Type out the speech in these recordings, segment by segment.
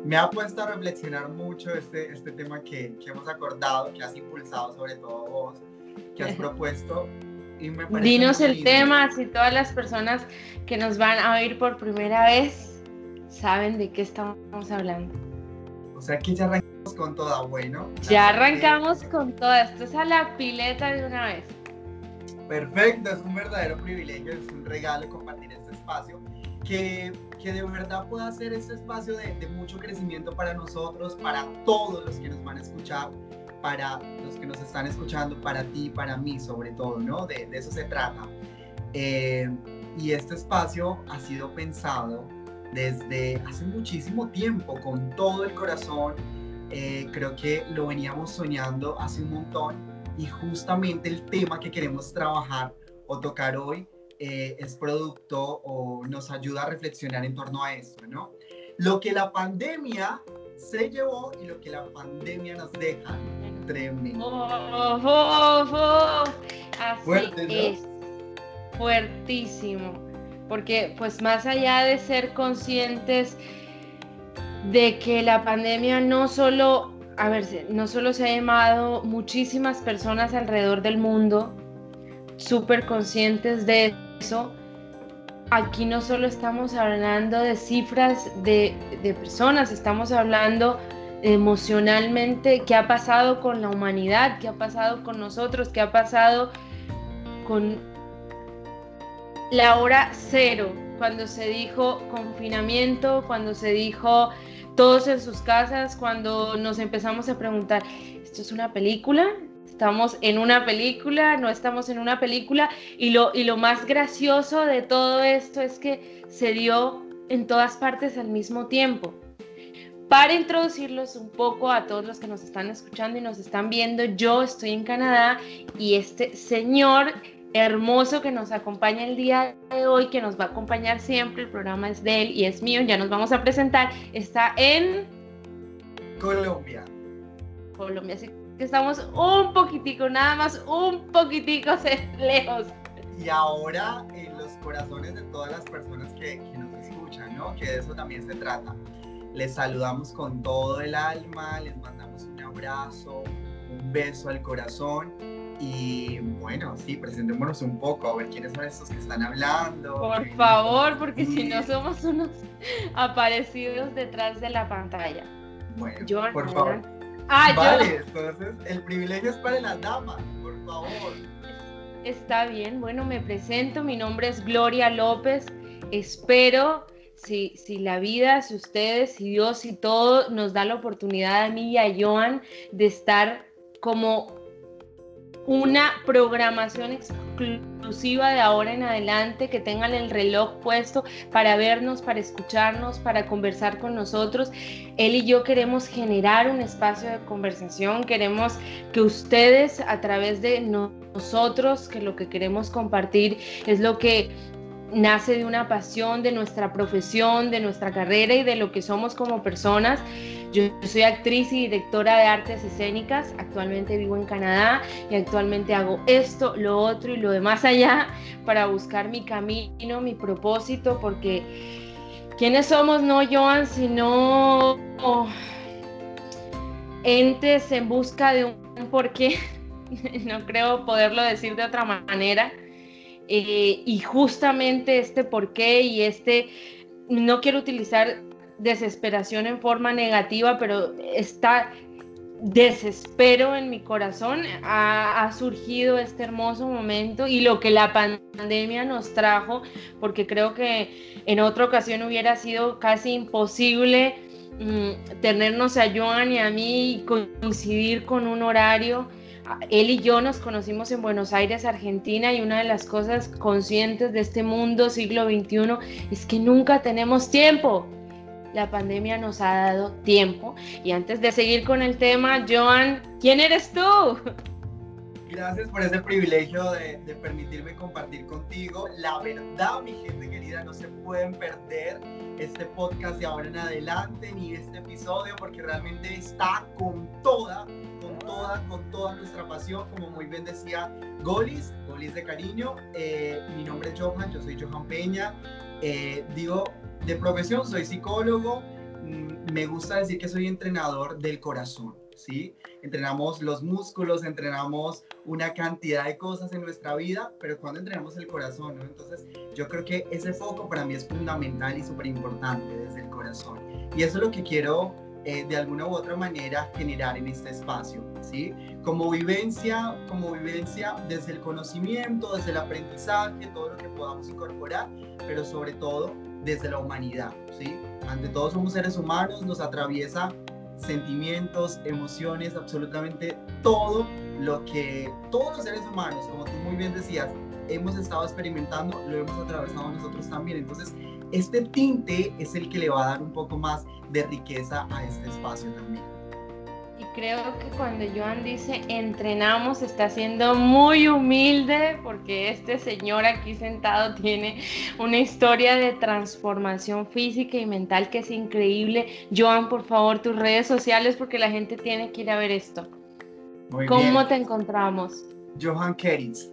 me ha puesto a reflexionar mucho este tema que hemos acordado, que has impulsado, sobre todo vos, que has propuesto. Y me parece Dinos muy el lindo. tema, si todas las personas que nos van a oír por primera vez saben de qué estamos hablando. O sea que ya arrancamos con toda, bueno. Ya arrancamos con toda, esto es a la pileta de una vez. Perfecto, es un verdadero privilegio, es un regalo compartir este espacio, que de verdad pueda ser este espacio de mucho crecimiento para nosotros, para todos los que nos van a escuchar, para los que nos están escuchando, para ti, para mí sobre todo, ¿no? De eso se trata. Y este espacio ha sido pensado desde hace muchísimo tiempo, con todo el corazón. Creo que lo veníamos soñando hace un montón, y justamente el tema que queremos trabajar o tocar hoy es producto o nos ayuda a reflexionar en torno a esto, ¿no? Lo que la pandemia se llevó y lo que la pandemia nos deja. Tremendo. Así Fuerte, ¿no? es, fuertísimo, porque pues más allá de ser conscientes de que la pandemia no solo se ha llamado muchísimas personas alrededor del mundo, súper conscientes de eso. Aquí no solo estamos hablando de cifras de personas, estamos hablando emocionalmente qué ha pasado con la humanidad, qué ha pasado con nosotros, qué ha pasado con la hora cero, cuando se dijo confinamiento, cuando se dijo todos en sus casas, cuando nos empezamos a preguntar, ¿esto es una película? ¿Estamos en una película? ¿No estamos en una película? Y lo más gracioso de todo esto es que se dio en todas partes al mismo tiempo. Para introducirlos un poco a todos los que nos están escuchando y nos están viendo, yo estoy en Canadá y este señor hermoso que nos acompaña el día de hoy, que nos va a acompañar siempre, el programa es de él y es mío, ya nos vamos a presentar, está en Colombia, así que estamos un poquitico, nada más un poquitico lejos. y ahora en los corazones de todas las personas que nos escuchan, ¿no? Que de eso también se trata. Les saludamos con todo el alma, les mandamos un abrazo, un beso al corazón. Y bueno, sí, presentémonos un poco, a ver quiénes son estos que están hablando. Por favor, porque si no somos unos aparecidos detrás de la pantalla. Bueno, Joan, por favor. Vale, entonces el privilegio es para las damas, por favor. Está bien, bueno, me presento, mi nombre es Gloria López, espero, si la vida, si ustedes, si Dios, si todo nos da la oportunidad a mí y a Joan de estar como una programación exclusiva de ahora en adelante, que tengan el reloj puesto para vernos, para escucharnos, para conversar con nosotros. Él y yo queremos generar un espacio de conversación, queremos que ustedes a través de nosotros, que lo que queremos compartir es lo que nace de una pasión, de nuestra profesión, de nuestra carrera y de lo que somos como personas. Yo soy actriz y directora de artes escénicas, actualmente vivo en Canadá y actualmente hago esto, lo otro y lo de más allá para buscar mi camino, mi propósito, porque ¿quiénes somos, no, Joan, sino entes en busca de un porqué? No creo poderlo decir de otra manera. Y justamente este porqué y no quiero utilizar desesperación en forma negativa, pero está desespero en mi corazón, ha surgido este hermoso momento y lo que la pandemia nos trajo, porque creo que en otra ocasión hubiera sido casi imposible tenernos a Joan y a mí y coincidir con un horario. Él y yo nos conocimos en Buenos Aires, Argentina, y una de las cosas conscientes de este mundo siglo XXI es que nunca tenemos tiempo. La pandemia nos ha dado tiempo. Y antes de seguir con el tema, Joan, ¿quién eres tú? Gracias por ese privilegio de permitirme compartir contigo. La verdad, mi gente querida, no se pueden perder este podcast de ahora en adelante, ni este episodio, porque realmente está con toda nuestra pasión, como muy bien decía Golis de cariño. Mi nombre es Johan, yo soy Johan Peña. De profesión soy psicólogo, me gusta decir que soy entrenador del corazón, ¿sí? Entrenamos los músculos, entrenamos una cantidad de cosas en nuestra vida, pero cuando entrenamos el corazón, ¿no? Entonces, yo creo que ese foco para mí es fundamental y súper importante desde el corazón. Y eso es lo que quiero, de alguna u otra manera, generar en este espacio, ¿sí? Como vivencia desde el conocimiento, desde el aprendizaje, todo lo que podamos incorporar, pero sobre todo desde la humanidad, ¿sí? Ante todo somos seres humanos, nos atraviesa sentimientos, emociones, absolutamente todo lo que todos los seres humanos, como tú muy bien decías, hemos estado experimentando, lo hemos atravesado nosotros también. Entonces, este tinte es el que le va a dar un poco más de riqueza a este espacio también. Y creo que cuando Joan dice entrenamos, está siendo muy humilde, porque este señor aquí sentado tiene una historia de transformación física y mental que es increíble. Joan, por favor, tus redes sociales, porque la gente tiene que ir a ver esto. Muy ¿Cómo bien. te encontramos? Johan Keritz,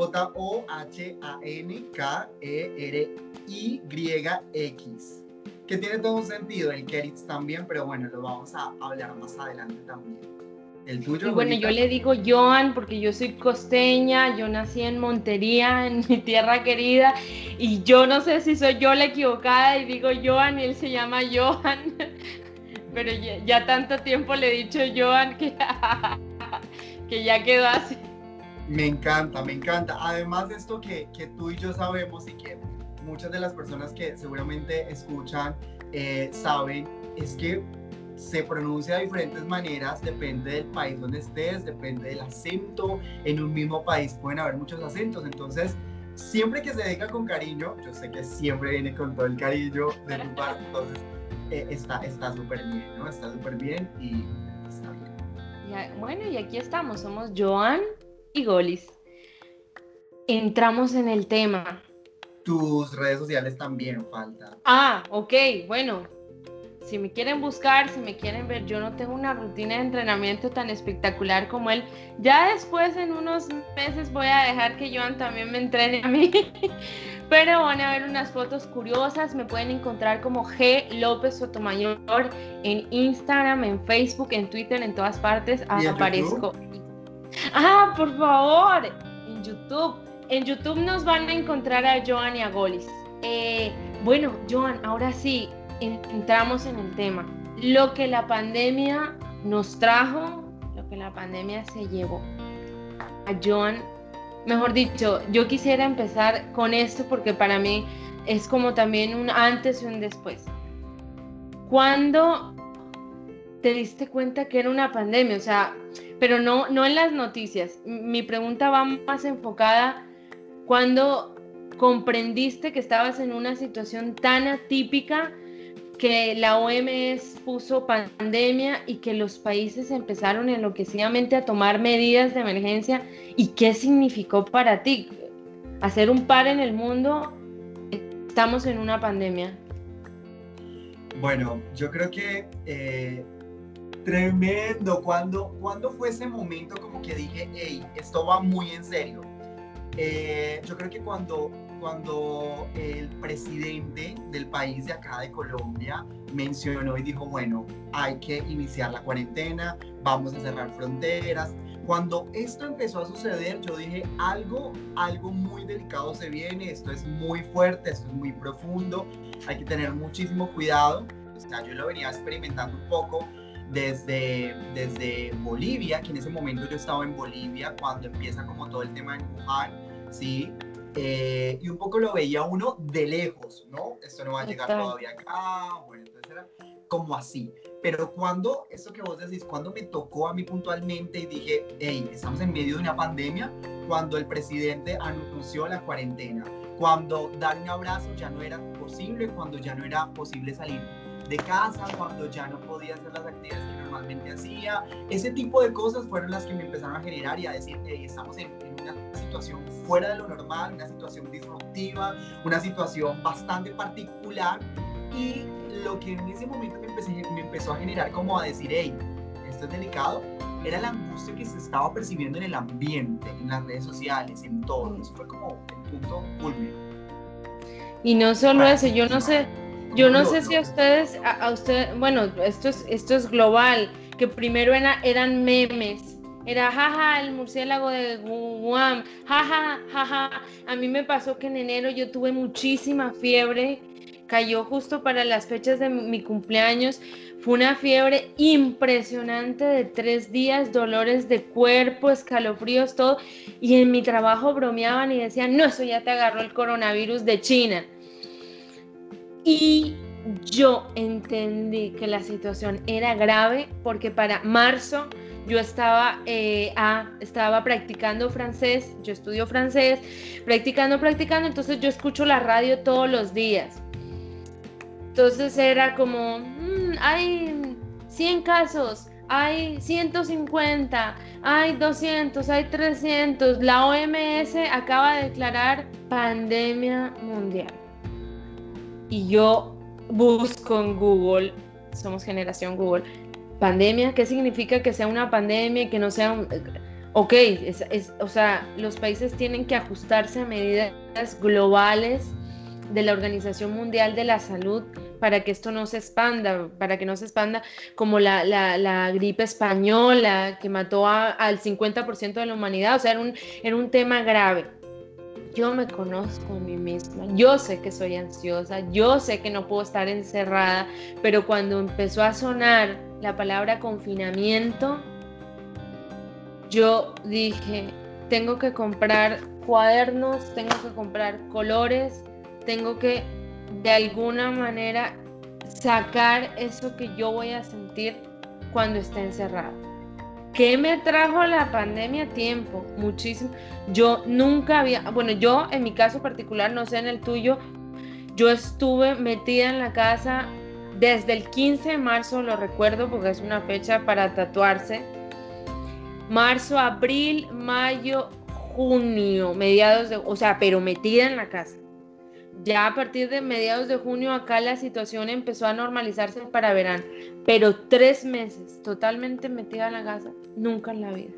Johankeryx, que tiene todo un sentido, el Keritz también, pero bueno, lo vamos a hablar más adelante también. ¿El tuyo? Y bueno, Juanita? yo le digo Joan porque yo soy costeña, yo nací en Montería, en mi tierra querida, y yo no sé si soy yo la equivocada y digo Joan y él se llama Johan, pero ya tanto tiempo le he dicho Joan que ya quedó así. Me encanta, me encanta. Además de esto que tú y yo sabemos y que muchas de las personas que seguramente escuchan saben, es que se pronuncia de diferentes maneras, depende del país donde estés, depende del acento. En un mismo país pueden haber muchos acentos, entonces siempre que se diga con cariño, yo sé que siempre viene con todo el cariño de tu parte, entonces está súper bien, ¿no? Está súper bien y está bien. Bueno, y aquí estamos, somos Joan y Golis. Entramos en el tema. Tus redes sociales también faltan. Ok, bueno, si me quieren buscar, si me quieren ver, yo no tengo una rutina de entrenamiento tan espectacular como él. Ya después, en unos meses, voy a dejar que Joan también me entrene a mí. Pero van a ver unas fotos curiosas. Me pueden encontrar como G. López Sotomayor en Instagram, en Facebook, en Twitter, en todas partes aparezco. Por favor, en YouTube. En YouTube nos van a encontrar a Joan y a Golis. Bueno, Joan, ahora sí, entramos en el tema. Lo que la pandemia nos trajo, lo que la pandemia se llevó. A Joan, mejor dicho, yo quisiera empezar con esto porque para mí es como también un antes y un después. ¿Cuándo te diste cuenta que era una pandemia? O sea, pero no en las noticias. Mi pregunta va más enfocada cuando comprendiste que estabas en una situación tan atípica, que la OMS puso pandemia y que los países empezaron enloquecidamente a tomar medidas de emergencia. ¿Y qué significó para ti? Hacer un par en el mundo, estamos en una pandemia. Bueno, yo creo que tremendo. ¿Cuándo fue ese momento como que dije, hey, esto va muy en serio? Yo creo que cuando el presidente del país de acá de Colombia mencionó y dijo, bueno, hay que iniciar la cuarentena, vamos a cerrar fronteras. Cuando esto empezó a suceder, yo dije, algo muy delicado se viene, esto es muy fuerte, esto es muy profundo, hay que tener muchísimo cuidado. O sea, yo lo venía experimentando un poco desde Bolivia, que en ese momento yo estaba en Bolivia cuando empieza como todo el tema de Wuhan, ¿sí? Y un poco lo veía uno de lejos, ¿no? Esto no va a llegar todavía acá, bueno, entonces era como así. Pero cuando, eso que vos decís, cuando me tocó a mí puntualmente y dije, hey, estamos en medio de una pandemia, cuando el presidente anunció la cuarentena, cuando dar un abrazo ya no era posible, cuando ya no era posible salir de casa, cuando ya no podía hacer las actividades que normalmente hacía, ese tipo de cosas fueron las que me empezaron a generar y a decir, hey, estamos en una situación fuera de lo normal, una situación disruptiva, una situación bastante particular, y lo que en ese momento me empezó a generar como a decir, hey, esto es delicado, era la angustia que se estaba percibiendo en el ambiente, en las redes sociales, en todo. Eso fue como el punto culmine. Y no solo eso, yo no sé Yo no sé si a ustedes, bueno, esto es global, que primero eran memes, era jaja, el murciélago de Guam, jaja, jaja. A mí me pasó que en enero yo tuve muchísima fiebre, cayó justo para las fechas de mi cumpleaños, fue una fiebre impresionante de 3 días, dolores de cuerpo, escalofríos, todo, y en mi trabajo bromeaban y decían, no, eso ya te agarró el coronavirus de China. Y yo entendí que la situación era grave porque para marzo yo estaba practicando francés, yo estudio francés, practicando, entonces yo escucho la radio todos los días. Entonces era como, hay 100 casos, hay 150, hay 200, hay 300, la OMS acaba de declarar pandemia mundial. Y yo busco en Google, somos generación Google, pandemia, ¿qué significa que sea una pandemia y que no sea un... Ok, o sea, los países tienen que ajustarse a medidas globales de la Organización Mundial de la Salud para que esto no se expanda, como la gripe española que mató al 50% de la humanidad, o sea, era un tema grave. Yo me conozco a mí misma, yo sé que soy ansiosa, yo sé que no puedo estar encerrada, pero cuando empezó a sonar la palabra confinamiento, yo dije, tengo que comprar cuadernos, tengo que comprar colores, tengo que de alguna manera sacar eso que yo voy a sentir cuando esté encerrada. ¿Qué me trajo la pandemia? Tiempo, muchísimo. Yo nunca había, bueno, yo en mi caso particular, no sé en el tuyo, yo estuve metida en la casa desde el 15 de marzo, lo recuerdo porque es una fecha para tatuarse. Marzo, abril, mayo, junio, pero metida en la casa. Ya a partir de mediados de junio acá la situación empezó a normalizarse para verano, pero 3 meses totalmente metida en la casa, nunca en la vida.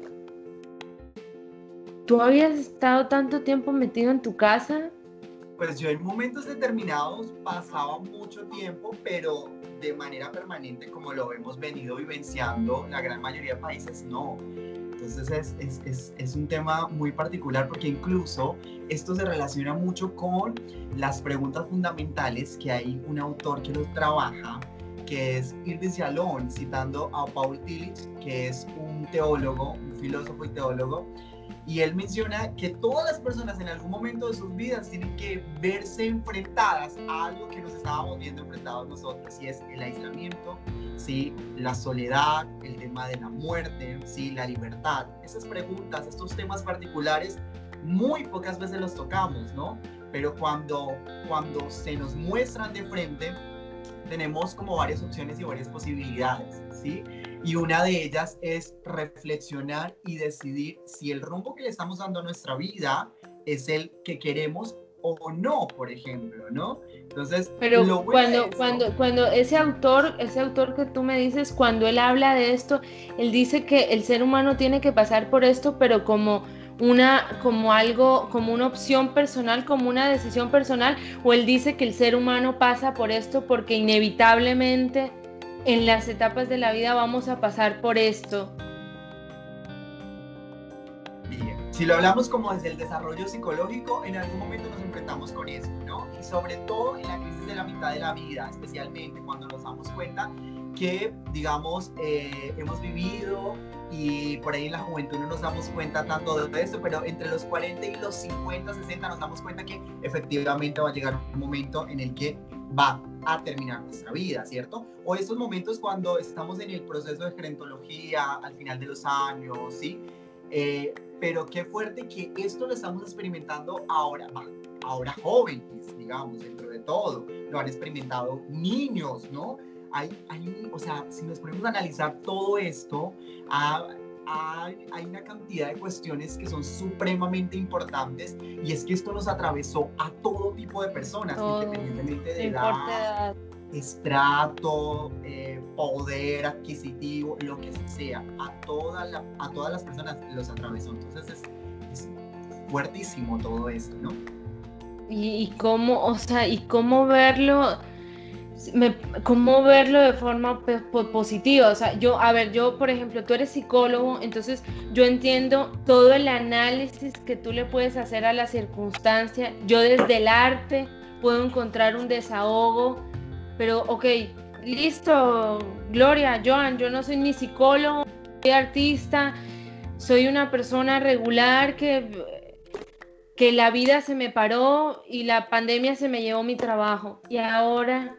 ¿Tú habías estado tanto tiempo metido en tu casa? Pues yo en momentos determinados pasaba mucho tiempo, pero de manera permanente, como lo hemos venido vivenciando la gran mayoría de países, no. Entonces es un tema muy particular porque incluso esto se relaciona mucho con las preguntas fundamentales que hay un autor que lo trabaja, que es Irdis Yalom, citando a Paul Tillich, que es un teólogo, un filósofo y teólogo, y él menciona que todas las personas en algún momento de sus vidas tienen que verse enfrentadas a algo que nos estábamos viendo enfrentados nosotros, y es el aislamiento, ¿sí? La soledad, el tema de la muerte, ¿sí? La libertad. Esas preguntas, estos temas particulares, muy pocas veces los tocamos, ¿no? Pero cuando se nos muestran de frente, tenemos como varias opciones y varias posibilidades, ¿sí? Y una de ellas es reflexionar y decidir si el rumbo que le estamos dando a nuestra vida es el que queremos o no, por ejemplo, ¿no? Entonces, pero cuando ese autor que tú me dices, cuando él habla de esto, él dice que el ser humano tiene que pasar por esto, pero como una opción personal, como una decisión personal, o él dice que el ser humano pasa por esto porque inevitablemente en las etapas de la vida vamos a pasar por esto. Bien, si lo hablamos como desde el desarrollo psicológico, en algún momento nos enfrentamos con eso, ¿no? Y sobre todo en la crisis de la mitad de la vida, especialmente cuando nos damos cuenta que, digamos, hemos vivido y por ahí en la juventud no nos damos cuenta tanto de esto, pero entre los 40 y los 50, 60 nos damos cuenta que efectivamente va a llegar un momento en el que va a terminar nuestra vida, ¿cierto? O estos momentos cuando estamos en el proceso de gerontología al final de los años, ¿sí? Pero qué fuerte que esto lo estamos experimentando ahora jóvenes, digamos, dentro de todo. Lo han experimentado niños, ¿no? O sea, si nos ponemos a analizar todo esto, hay una cantidad de cuestiones que son supremamente importantes, y es que esto nos atravesó a todo tipo de personas, independientemente de edad, estrato, poder adquisitivo, lo que sea, a todas las personas los atravesó. Entonces es fuertísimo todo esto, ¿no? Y cómo verlo. cómo verlo de forma positiva. O sea, yo, por ejemplo, tú eres psicólogo, entonces yo entiendo todo el análisis que tú le puedes hacer a la circunstancia. Yo desde el arte puedo encontrar un desahogo, pero ok, listo, Gloria, Joan, yo no soy ni psicólogo, soy artista, soy una persona regular que la vida se me paró y la pandemia se me llevó mi trabajo. Y ahora...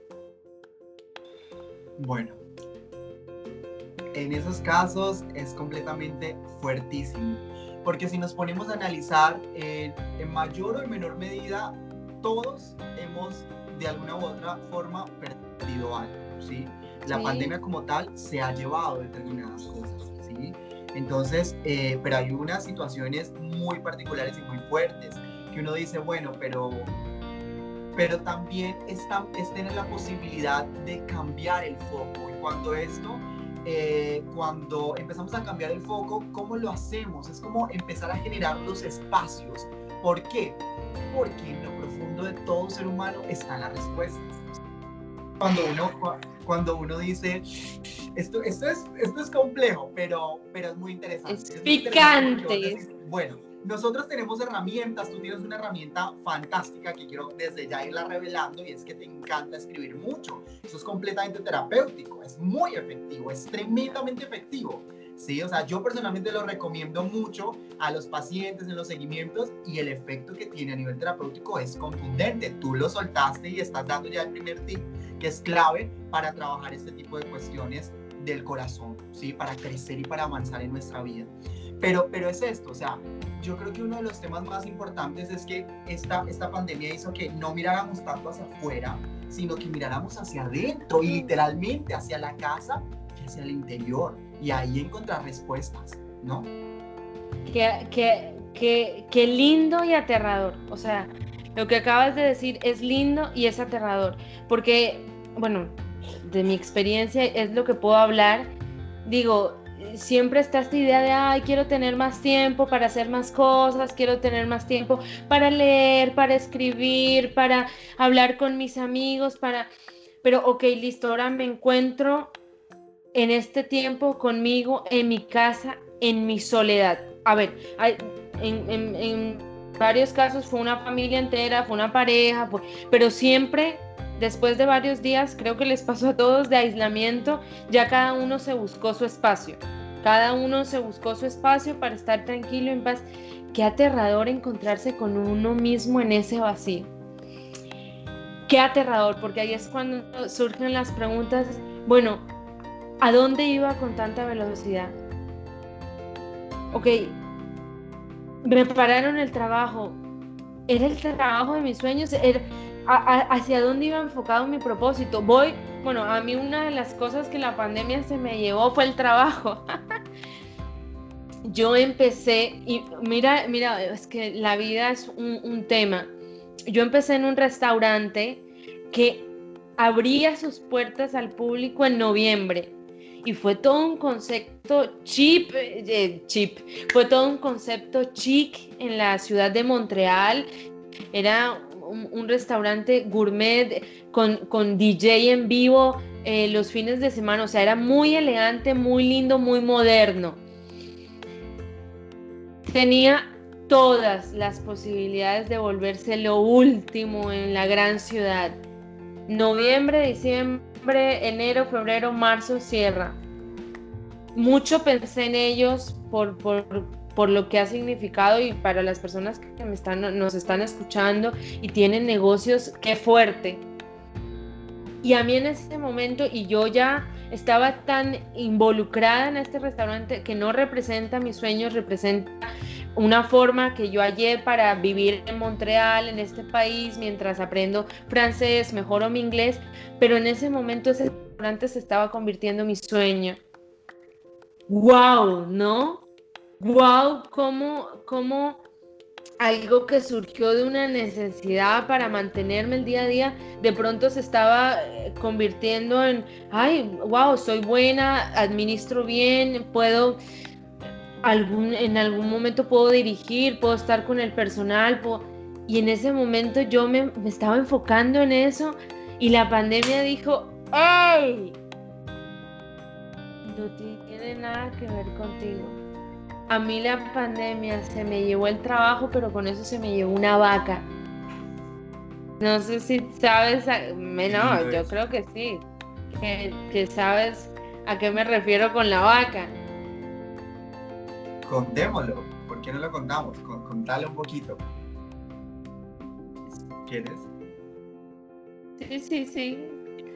Bueno, en esos casos es completamente fuertísimo, porque si nos ponemos a analizar, en mayor o en menor medida, todos hemos de alguna u otra forma perdido algo, ¿sí? La pandemia como tal se ha llevado determinadas cosas, ¿sí? Entonces, pero hay unas situaciones muy particulares y muy fuertes, que uno dice, bueno, pero también es tener la posibilidad de cambiar el foco. Y cuando empezamos a cambiar el foco, ¿cómo lo hacemos? Es como empezar a generar los espacios. ¿Por qué? Porque en lo profundo de todo ser humano están las respuestas. Cuando uno dice, esto es complejo, pero es muy interesante. Es picante. Bueno, nosotros tenemos herramientas, tú tienes una herramienta fantástica que quiero desde ya irla revelando, y es que te encanta escribir mucho. Eso es completamente terapéutico, es muy efectivo, es tremendamente efectivo. Sí, o sea, yo personalmente lo recomiendo mucho a los pacientes en los seguimientos, y el efecto que tiene a nivel terapéutico es contundente. Tú lo soltaste y estás dando ya el primer tip, que es clave para trabajar este tipo de cuestiones del corazón, ¿sí? Para crecer y para avanzar en nuestra vida. Pero es esto, o sea, yo creo que uno de los temas más importantes es que esta pandemia hizo que no miráramos tanto hacia afuera, sino que miráramos hacia adentro, y literalmente hacia la casa y hacia el interior, y ahí encontrar respuestas, ¿no? Qué lindo y aterrador. O sea, lo que acabas de decir es lindo y es aterrador, porque, bueno, de mi experiencia es lo que puedo hablar. Digo, siempre está esta idea de, ay, quiero tener más tiempo para hacer más cosas, quiero tener más tiempo para leer, para escribir, para hablar con mis amigos, pero ok, listo, ahora me encuentro en este tiempo conmigo, en mi casa, en mi soledad. A ver, en varios casos fue una familia entera, fue una pareja, pero siempre... Después de varios días, creo que les pasó a todos, de aislamiento, ya cada uno se buscó su espacio. Cada uno se buscó su espacio para estar tranquilo, en paz. Qué aterrador encontrarse con uno mismo en ese vacío. Qué aterrador, porque ahí es cuando surgen las preguntas, bueno, ¿a dónde iba con tanta velocidad? Ok, me pararon el trabajo. ¿Era el trabajo de mis sueños? ¿Hacia dónde iba enfocado mi propósito? Bueno, a mí una de las cosas que la pandemia se me llevó fue el trabajo. Yo empecé, y mira, es que la vida es un tema. Yo empecé en un restaurante que abría sus puertas al público en noviembre, y fue todo un concepto fue todo un concepto chic en la ciudad de Montreal. Era un restaurante gourmet con DJ en vivo los fines de semana. O sea, era muy elegante, muy lindo, muy moderno. Tenía todas las posibilidades de volverse lo último en la gran ciudad. Noviembre, diciembre, enero, febrero, marzo, cierra. Mucho pensé en ellos por lo que ha significado, y para las personas que nos están escuchando y tienen negocios, qué fuerte. Y a mí en ese momento, y yo ya estaba tan involucrada en este restaurante que no representa mis sueños, representa una forma que yo hallé para vivir en Montreal, en este país, mientras aprendo francés, mejoro mi inglés, pero en ese momento ese restaurante se estaba convirtiendo en mi sueño. ¡Wow! ¿No? ¡Wow! ¿Cómo algo que surgió de una necesidad para mantenerme el día a día, de pronto se estaba convirtiendo en, ay, wow, soy buena, administro bien, en algún momento puedo dirigir, puedo estar con el personal, y en ese momento yo me estaba enfocando en eso, Y la pandemia dijo, ¡ey! No tiene nada que ver contigo. A mí la pandemia se me llevó el trabajo, pero con eso se me llevó una vaca. No sé si sabes, no, yo creo que sí, que sabes a qué me refiero con la vaca. Contémoslo, ¿por qué no lo contamos? Contale un poquito. ¿Quieres? Sí.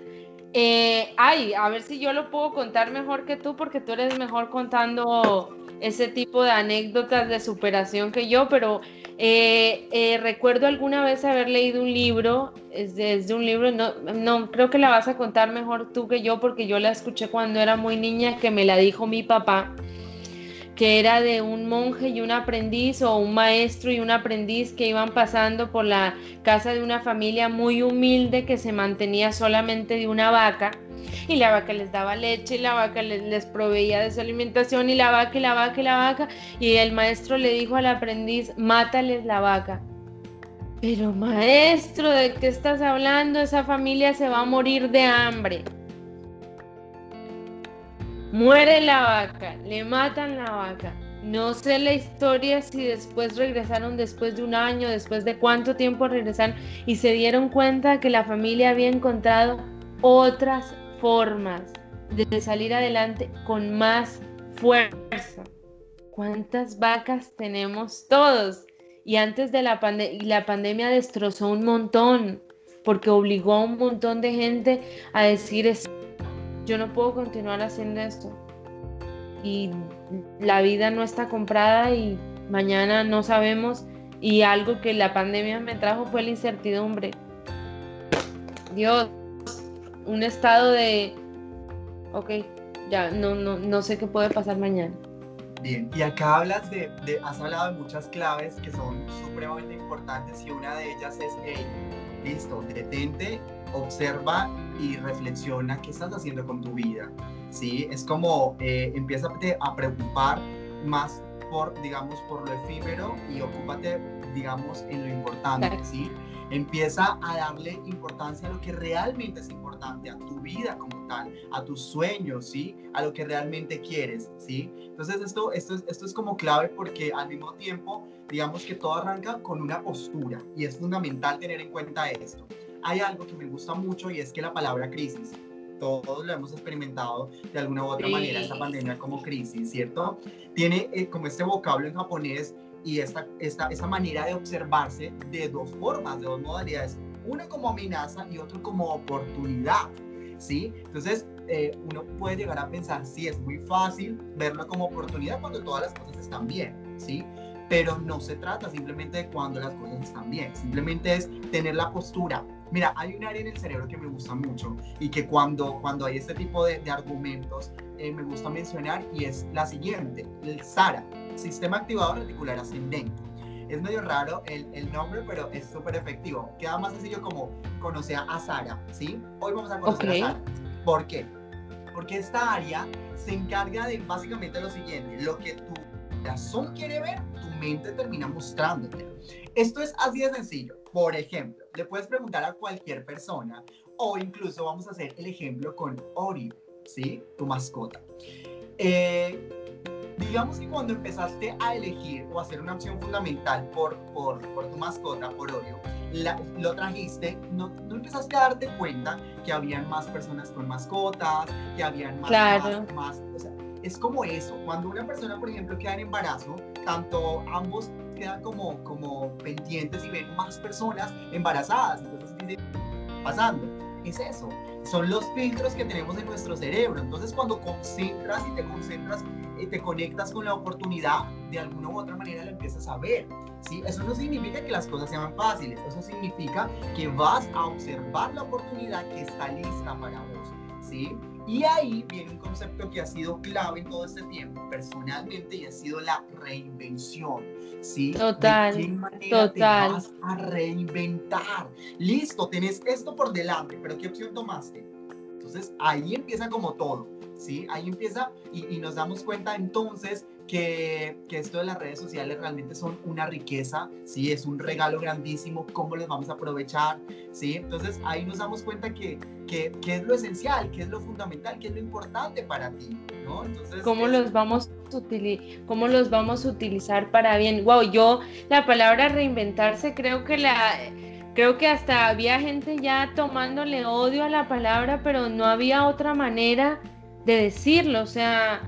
A ver si yo lo puedo contar mejor que tú, porque tú eres mejor contando ese tipo de anécdotas de superación que yo, pero recuerdo alguna vez haber leído un libro, es de un libro, no, creo que la vas a contar mejor tú que yo, porque yo la escuché cuando era muy niña, que me la dijo mi papá, que era de un monje y un aprendiz, o un maestro y un aprendiz, que iban pasando por la casa de una familia muy humilde que se mantenía solamente de una vaca, y la vaca les daba leche, y la vaca les proveía de su alimentación, y la vaca, y el maestro le dijo al aprendiz: mátales la vaca. Pero maestro, ¿de qué estás hablando? Esa familia se va a morir de hambre. Muere la vaca, le matan la vaca. No sé la historia, si después regresaron, después de un año, después de cuánto tiempo regresaron, y se dieron cuenta que la familia había encontrado otras formas de salir adelante con más fuerza. ¿Cuántas vacas tenemos todos? Y antes de la pandemia destrozó un montón, porque obligó a un montón de gente a decir: yo no puedo continuar haciendo esto, y la vida no está comprada y mañana no sabemos, y algo que la pandemia me trajo fue la incertidumbre. Dios, un estado de ok, ya no sé qué puede pasar mañana. Bien, y acá has hablado de muchas claves que son supremamente importantes, y una de ellas es, hey, listo, detente, observa y reflexiona qué estás haciendo con tu vida, ¿sí? Es como empieza a preocupar más digamos, por lo efímero, y ocúpate, digamos, en lo importante, ¿sí? Empieza a darle importancia a lo que realmente es importante, a tu vida como tal, a tus sueños, ¿sí? A lo que realmente quieres, ¿sí? Entonces esto es como clave, porque al mismo tiempo, digamos que todo arranca con una postura, y es fundamental tener en cuenta esto. Hay algo que me gusta mucho, y es que la palabra crisis, todos lo hemos experimentado de alguna u otra manera, esta pandemia, como crisis, ¿cierto? Tiene como este vocablo en japonés, y esta manera de observarse de dos formas, de dos modalidades, una como amenaza y otro como oportunidad, ¿sí? Entonces uno puede llegar a pensar, sí, es muy fácil verlo como oportunidad cuando todas las cosas están bien, ¿sí? Pero no se trata simplemente de cuando las cosas están bien, simplemente es tener la postura. Mira, hay un área en el cerebro que me gusta mucho, y que cuando hay este tipo de argumentos me gusta mencionar, y es la siguiente: el SARA, Sistema Activador Reticular Ascendente. Es medio raro el nombre, pero es súper efectivo. Queda más sencillo como conocer a Sara, ¿sí? Hoy vamos a conocer a Sara. ¿Por qué? Porque esta área se encarga de básicamente lo siguiente: lo que tu corazón quiere ver, tu mente termina mostrándote. Esto es así de sencillo. Por ejemplo, le puedes preguntar a cualquier persona, o incluso vamos a hacer el ejemplo con Oreo, ¿sí? Tu mascota. Digamos que cuando empezaste a elegir o hacer una opción fundamental por tu mascota, por Oreo, lo trajiste, no empezaste a darte cuenta que habían más personas con mascotas, que habían más, claro, más, o sea, es como eso. Cuando una persona, por ejemplo, queda en embarazo, tanto ambos quedan como pendientes y ven más personas embarazadas. Entonces, ¿qué está pasando? Es eso, son los filtros que tenemos en nuestro cerebro. Entonces, cuando concentras y te conectas con la oportunidad, de alguna u otra manera la empiezas a ver, ¿sí? Eso no significa que las cosas sean fáciles, eso significa que vas a observar la oportunidad que está lista para vos, ¿sí? Y ahí viene un concepto que ha sido clave en todo este tiempo, personalmente, y ha sido la reinvención, ¿sí? Total, ¿De qué manera te vas a reinventar? Listo, tenés esto por delante, pero ¿qué opción tomaste? Entonces ahí empieza como todo, ¿sí? Ahí empieza y nos damos cuenta entonces que esto de las redes sociales realmente son una riqueza, ¿sí? Es un regalo grandísimo, ¿cómo los vamos a aprovechar? ¿Sí? Entonces ahí nos damos cuenta que es lo esencial, que es lo fundamental, que es lo importante para ti, ¿no? Entonces, ¿cómo los vamos a utilizar para bien? Wow, yo la palabra reinventarse creo que hasta había gente ya tomándole odio a la palabra, pero no había otra manera de decirlo, o sea,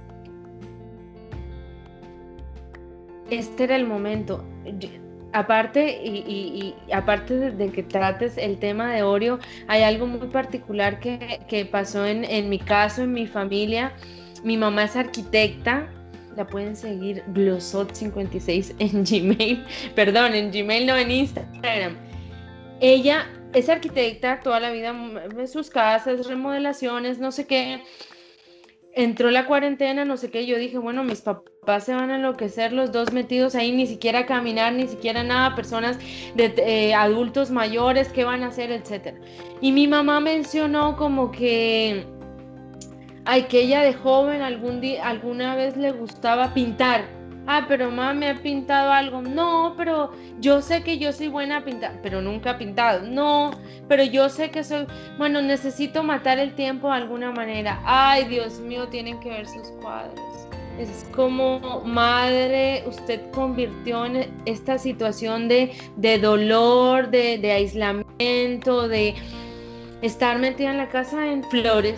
este era el momento. Aparte, aparte de que trates el tema de Oreo, hay algo muy particular que pasó en mi caso, en mi familia. Mi mamá es arquitecta, la pueden seguir Glosot56 en Gmail, perdón, en Gmail no, en Instagram. Ella es arquitecta toda la vida, en sus casas, remodelaciones, no sé qué. Entró la cuarentena, no sé qué, yo dije, bueno, mis papás se van a enloquecer, los dos metidos ahí, ni siquiera caminar, ni siquiera nada, personas de adultos mayores, ¿qué van a hacer?, etcétera. Y mi mamá mencionó como que, ay, que ella de joven alguna vez le gustaba pintar. Ah, pero mamá, me ha pintado algo. No, pero yo sé que yo soy buena a pintar, pero nunca he pintado. No, pero yo sé que soy, bueno, necesito matar el tiempo de alguna manera. Ay, Dios mío, tienen que ver sus cuadros. Es como, madre, usted convirtió en esta situación de dolor, de aislamiento, de estar metida en la casa en flores.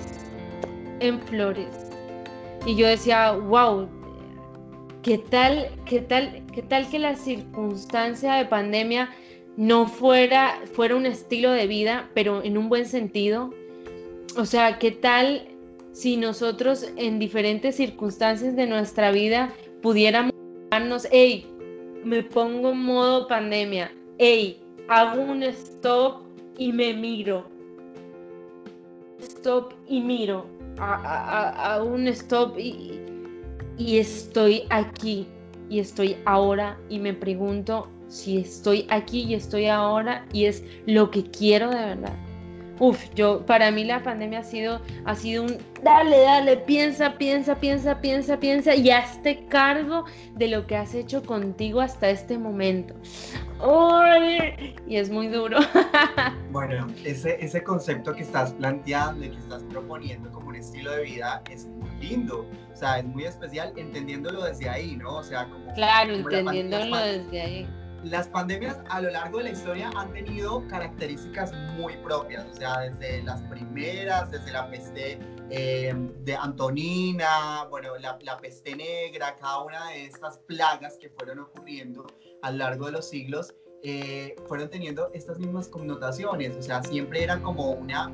Y yo decía, wow, ¿qué tal que la circunstancia de pandemia no fuera un estilo de vida, pero en un buen sentido? O sea, ¿qué tal si nosotros en diferentes circunstancias de nuestra vida pudiéramos darnos, hey, me pongo en modo pandemia, hey, hago un stop y me miro, a un stop y estoy aquí y estoy ahora y me pregunto si estoy aquí y estoy ahora y es lo que quiero de verdad. Para mí la pandemia ha sido un dale, piensa y hazte cargo de lo que has hecho contigo hasta este momento. ¡Ay! Y es muy duro. Bueno, ese concepto que estás planteando y que estás proponiendo como un estilo de vida es muy lindo, o sea, es muy especial entendiéndolo desde ahí, ¿no? O sea, claro, entendiéndolo desde ahí. Las pandemias a lo largo de la historia han tenido características muy propias, o sea, desde las primeras, desde la peste de Antonina, bueno, la peste negra, cada una de estas plagas que fueron ocurriendo a lo largo de los siglos, fueron teniendo estas mismas connotaciones, o sea, siempre era como una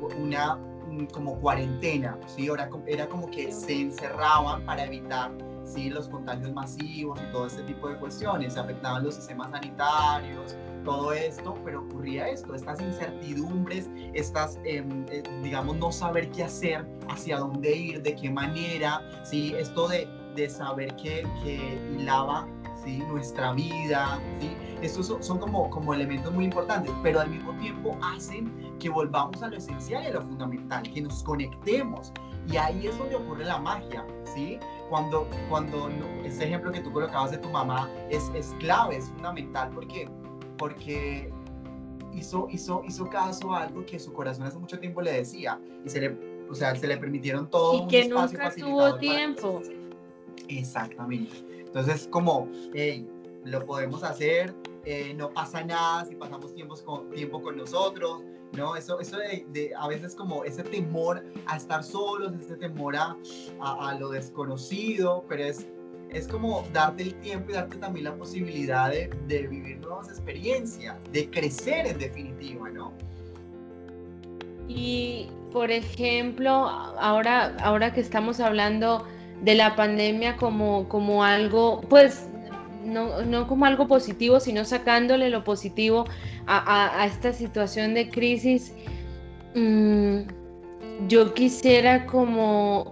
como cuarentena, ¿sí? Era como que se encerraban para evitar, ¿sí?, los contagios masivos y todo este tipo de cuestiones, se afectaban los sistemas sanitarios, todo esto, pero ocurría esto, estas incertidumbres, digamos, no saber qué hacer, hacia dónde ir, de qué manera, ¿sí? Esto de saber que hilaba, ¿sí?, nuestra vida, ¿sí? Estos son como elementos muy importantes, pero al mismo tiempo hacen que volvamos a lo esencial y a lo fundamental, que nos conectemos, y ahí es donde ocurre la magia, ¿sí? Cuando este ejemplo que tú colocabas de tu mamá es clave, es fundamental, porque hizo caso a algo que su corazón hace mucho tiempo le decía, y se le permitieron todo un espacio facilitador. Y que nunca tuvo tiempo. Exactamente. Entonces, como, hey, lo podemos hacer, no pasa nada si pasamos tiempo con nosotros, ¿no? Eso de a veces como ese temor a estar solos, ese temor a lo desconocido, pero es como darte el tiempo y darte también la posibilidad de vivir nuevas experiencias, de crecer en definitiva, ¿no? Y, por ejemplo, ahora que estamos hablando de la pandemia como algo, pues, no como algo positivo, sino sacándole lo positivo a esta situación de crisis, yo quisiera como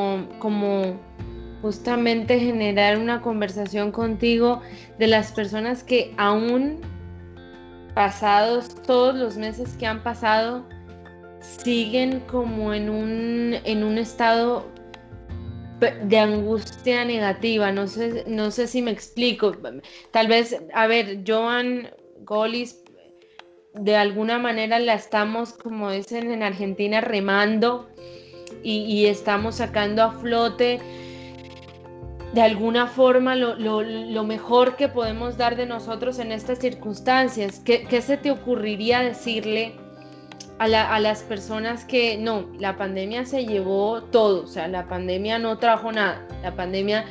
justamente generar una conversación contigo de las personas que aún pasados todos los meses que han pasado, siguen como en un estado de angustia negativa. No sé si me explico. Tal vez, a ver, Joan Golis, de alguna manera la estamos, como dicen en Argentina, remando y estamos sacando a flote de alguna forma lo mejor que podemos dar de nosotros en estas circunstancias. ¿Qué se te ocurriría decirle a las personas que no, la pandemia se llevó todo, o sea, la pandemia no trajo nada, la pandemia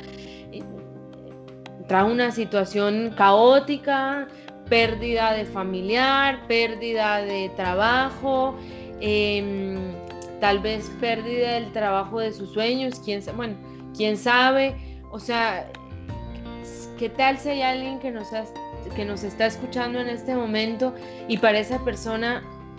trajo una situación caótica, pérdida de familiar, pérdida de trabajo, tal vez pérdida del trabajo de sus sueños, quién sabe, o sea, ¿qué tal si hay alguien que nos está escuchando en este momento y para esa persona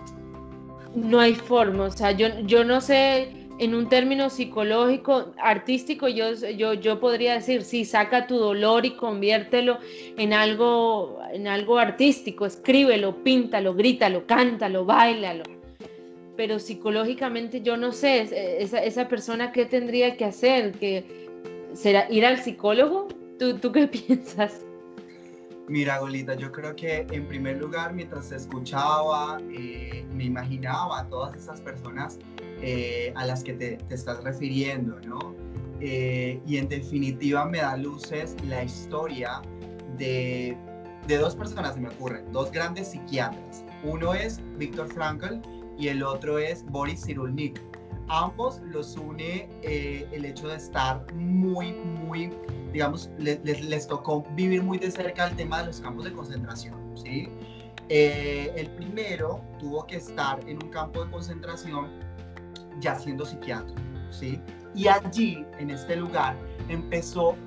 no hay forma? O sea, yo no sé, en un término psicológico, artístico, yo podría decir, sí, saca tu dolor y conviértelo en algo artístico, escríbelo, píntalo, grítalo, cántalo, báilalo. Pero psicológicamente yo no sé, esa persona qué tendría que hacer, ¿será ir al psicólogo? ¿Tú qué piensas? Mira, Golita, yo creo que en primer lugar, mientras te escuchaba, me imaginaba a todas esas personas a las que te estás refiriendo, ¿no? Y en definitiva me da luces la historia de dos personas, se me ocurren, dos grandes psiquiatras. Uno es Viktor Frankl y el otro es Boris Cyrulnik. Ambos los une el hecho de estar muy, digamos, les tocó vivir muy de cerca el tema de los campos de concentración, ¿sí? El primero tuvo que estar en un campo de concentración ya siendo psiquiatra, ¿sí? Y allí, en este lugar, empezó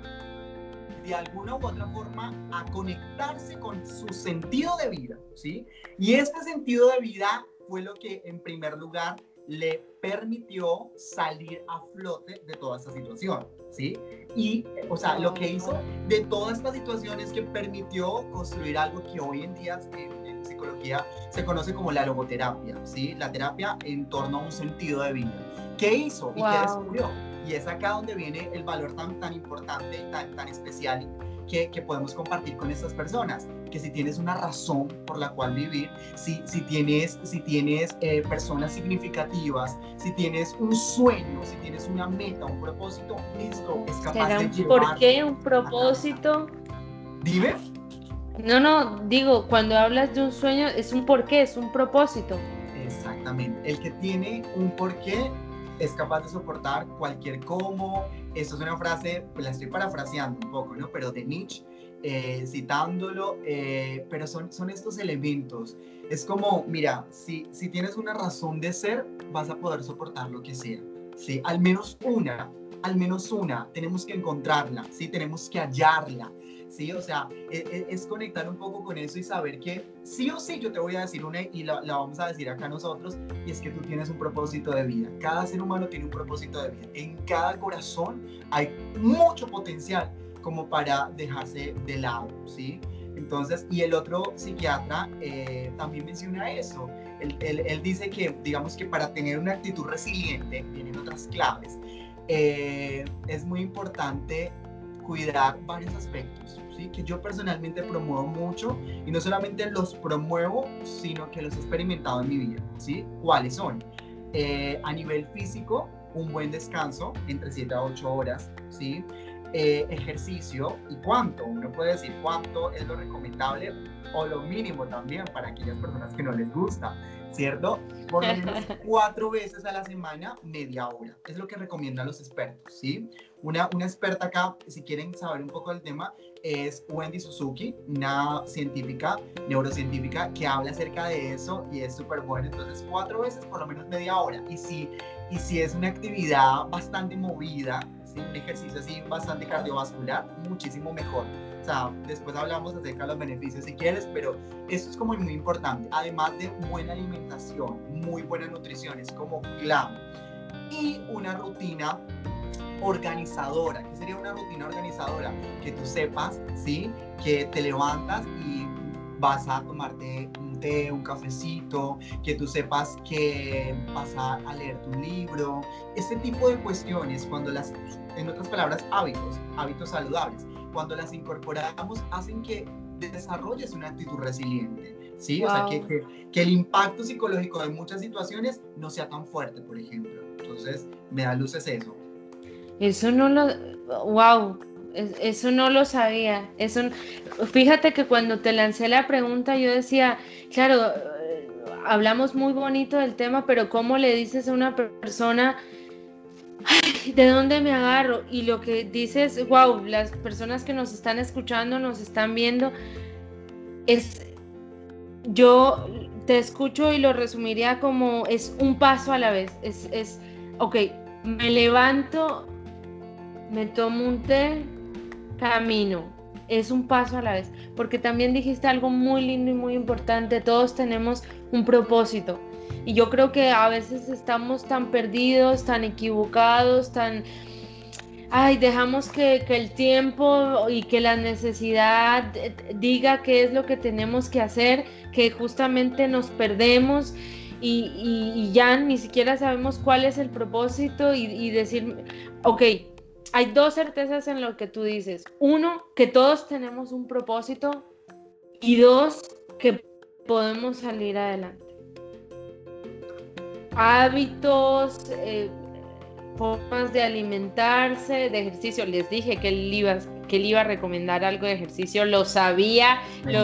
de alguna u otra forma, a conectarse con su sentido de vida, ¿sí? Y este sentido de vida fue lo que, en primer lugar, le permitió salir a flote de toda esta situación, ¿sí? Y, o sea, lo que hizo de toda esta situación es que permitió construir algo que hoy en día en psicología se conoce como la logoterapia, ¿sí? La terapia en torno a un sentido de vida. ¿Qué hizo y qué descubrió? Y es acá donde viene el valor tan importante y tan especial que podemos compartir con estas personas, que si tienes una razón por la cual vivir, si tienes personas significativas, si tienes un sueño, si tienes una meta, un propósito, esto es capaz de llevar. ¿Por qué un propósito? Dime. No, digo, cuando hablas de un sueño, es un porqué, es un propósito. Exactamente. El que tiene un porqué es capaz de soportar cualquier cómo. Esto es una frase, pues la estoy parafraseando un poco, ¿no? Pero de Nietzsche, citándolo, pero son estos elementos. Es como, mira, si tienes una razón de ser, vas a poder soportar lo que sea, ¿sí? Al menos una, tenemos que encontrarla, ¿sí? Tenemos que hallarla, ¿sí? O sea, es conectar un poco con eso y saber que sí o sí yo te voy a decir una y la vamos a decir acá nosotros, y es que tú tienes un propósito de vida. Cada ser humano tiene un propósito de vida. En cada corazón hay mucho potencial como para dejarse de lado, ¿sí? Entonces, y el otro psiquiatra también menciona eso. Él dice que, digamos que para tener una actitud resiliente, vienen otras claves, es muy importante cuidar varios aspectos, ¿sí? Que yo personalmente promuevo mucho, y no solamente los promuevo, sino que los he experimentado en mi vida, ¿sí? ¿Cuáles son? A nivel físico, un buen descanso, entre 7 a 8 horas, ¿sí? Ejercicio, y cuánto, uno puede decir cuánto es lo recomendable o lo mínimo también para aquellas personas que no les gusta, ¿cierto? Por lo menos 4 veces a la semana, media hora, es lo que recomiendan los expertos, ¿sí? Una experta acá, si quieren saber un poco del tema, es Wendy Suzuki, una científica, neurocientífica, que habla acerca de eso y es súper bueno. Entonces 4 veces, por lo menos media hora, y si es una actividad bastante movida, ¿sí? Un ejercicio así bastante cardiovascular, muchísimo mejor. O sea, después hablamos acerca de los beneficios si quieres, pero eso es como muy importante. Además de buena alimentación, muy buena nutrición, es como clave. Y una rutina organizadora. ¿Qué sería una rutina organizadora? Que tú sepas, ¿sí? Que te levantas y vas a tomarte un té, un cafecito, que tú sepas que vas a leer tu libro. Este tipo de cuestiones, en otras palabras, hábitos saludables, cuando las incorporamos, hacen que desarrolles una actitud resiliente, ¿sí? Wow. O sea, que el impacto psicológico de muchas situaciones no sea tan fuerte, por ejemplo. Entonces, me da luces eso. Eso no lo... ¡Wow! Eso no lo sabía. Fíjate que cuando te lancé la pregunta yo decía, claro, hablamos muy bonito del tema, pero ¿cómo le dices a una persona, ay, ¿de dónde me agarro? Y lo que dices, wow, las personas que nos están escuchando, nos están viendo, yo te escucho y lo resumiría como es un paso a la vez. Ok, me levanto, me tomo un té, camino, es un paso a la vez, porque también dijiste algo muy lindo y muy importante, todos tenemos un propósito, y yo creo que a veces estamos tan perdidos, tan equivocados, dejamos que el tiempo y que la necesidad diga qué es lo que tenemos que hacer, que justamente nos perdemos y ya ni siquiera sabemos cuál es el propósito y decir, ok, hay dos certezas en lo que tú dices. Uno, que todos tenemos un propósito y dos, que podemos salir adelante. Hábitos, formas de alimentarse, de ejercicio. Les dije que él iba a recomendar algo de ejercicio. Lo sabía.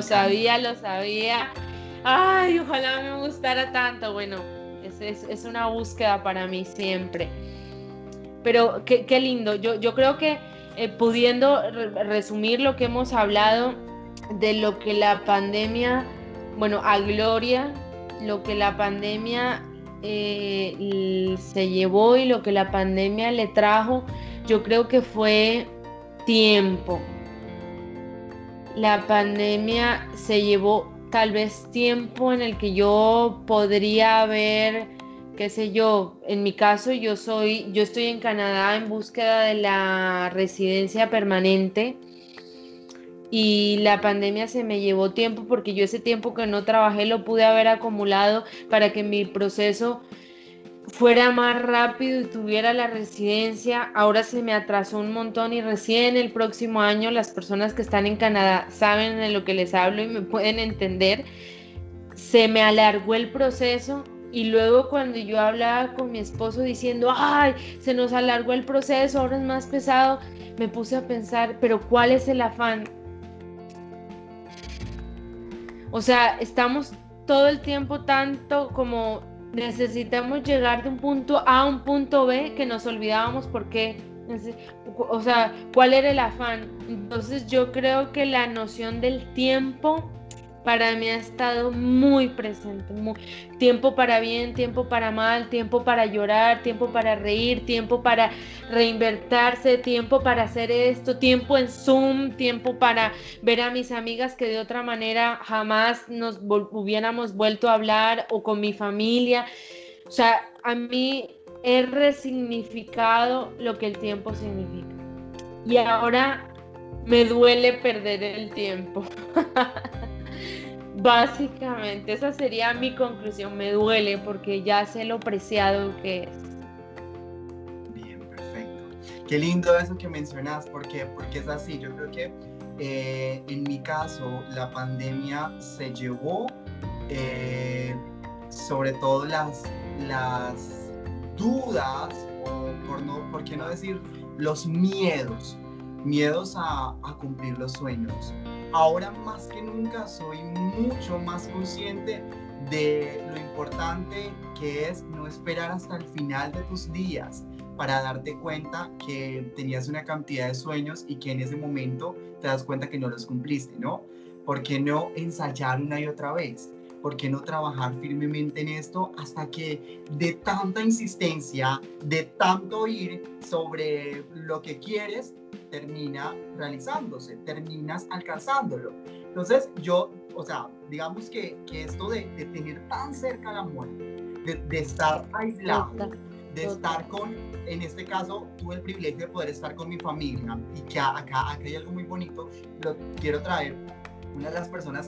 Ay, ojalá me gustara tanto. Bueno, es una búsqueda para mí siempre. Pero qué lindo. Yo creo que pudiendo resumir lo que hemos hablado de lo que la pandemia, bueno, a Gloria, lo que la pandemia se llevó y lo que la pandemia le trajo, yo creo que fue tiempo. La pandemia se llevó tal vez tiempo en el que yo podría haber, qué sé yo, en mi caso yo estoy en Canadá en búsqueda de la residencia permanente y la pandemia se me llevó tiempo porque yo ese tiempo que no trabajé lo pude haber acumulado para que mi proceso fuera más rápido y tuviera la residencia. Ahora se me atrasó un montón y recién el próximo año las personas que están en Canadá saben de lo que les hablo y me pueden entender. Se me alargó el proceso y luego cuando yo hablaba con mi esposo diciendo, ay, se nos alargó el proceso, ahora es más pesado, me puse a pensar, pero ¿cuál es el afán? O sea, estamos todo el tiempo tanto como necesitamos llegar de un punto A a un punto B que nos olvidábamos por qué. O sea, ¿cuál era el afán? Entonces yo creo que la noción del tiempo para mí ha estado muy presente, tiempo para bien, tiempo para mal, tiempo para llorar, tiempo para reír, tiempo para reinvertirse, tiempo para hacer esto, tiempo en Zoom, tiempo para ver a mis amigas que de otra manera jamás nos hubiéramos vuelto a hablar, o con mi familia. O sea, a mí he resignificado lo que el tiempo significa. Y ahora me duele perder el tiempo. Básicamente, esa sería mi conclusión. Me duele porque ya sé lo preciado que es. Bien, perfecto. Qué lindo eso que mencionas, porque es así. Yo creo que en mi caso la pandemia se llevó sobre todo las dudas, o por qué no decir los miedos a cumplir los sueños. Ahora más que nunca soy mucho más consciente de lo importante que es no esperar hasta el final de tus días para darte cuenta que tenías una cantidad de sueños y que en ese momento te das cuenta que no los cumpliste, ¿no? ¿Por qué no ensayar una y otra vez? ¿Por qué no trabajar firmemente en esto hasta que de tanta insistencia, de tanto ir sobre lo que quieres, termina realizándose, terminas alcanzándolo? Entonces digamos que esto de tener tan cerca la muerte, de estar aislado, de estar en este caso, tuve el privilegio de poder estar con mi familia, y que acá hay algo muy bonito, lo quiero traer una de las personas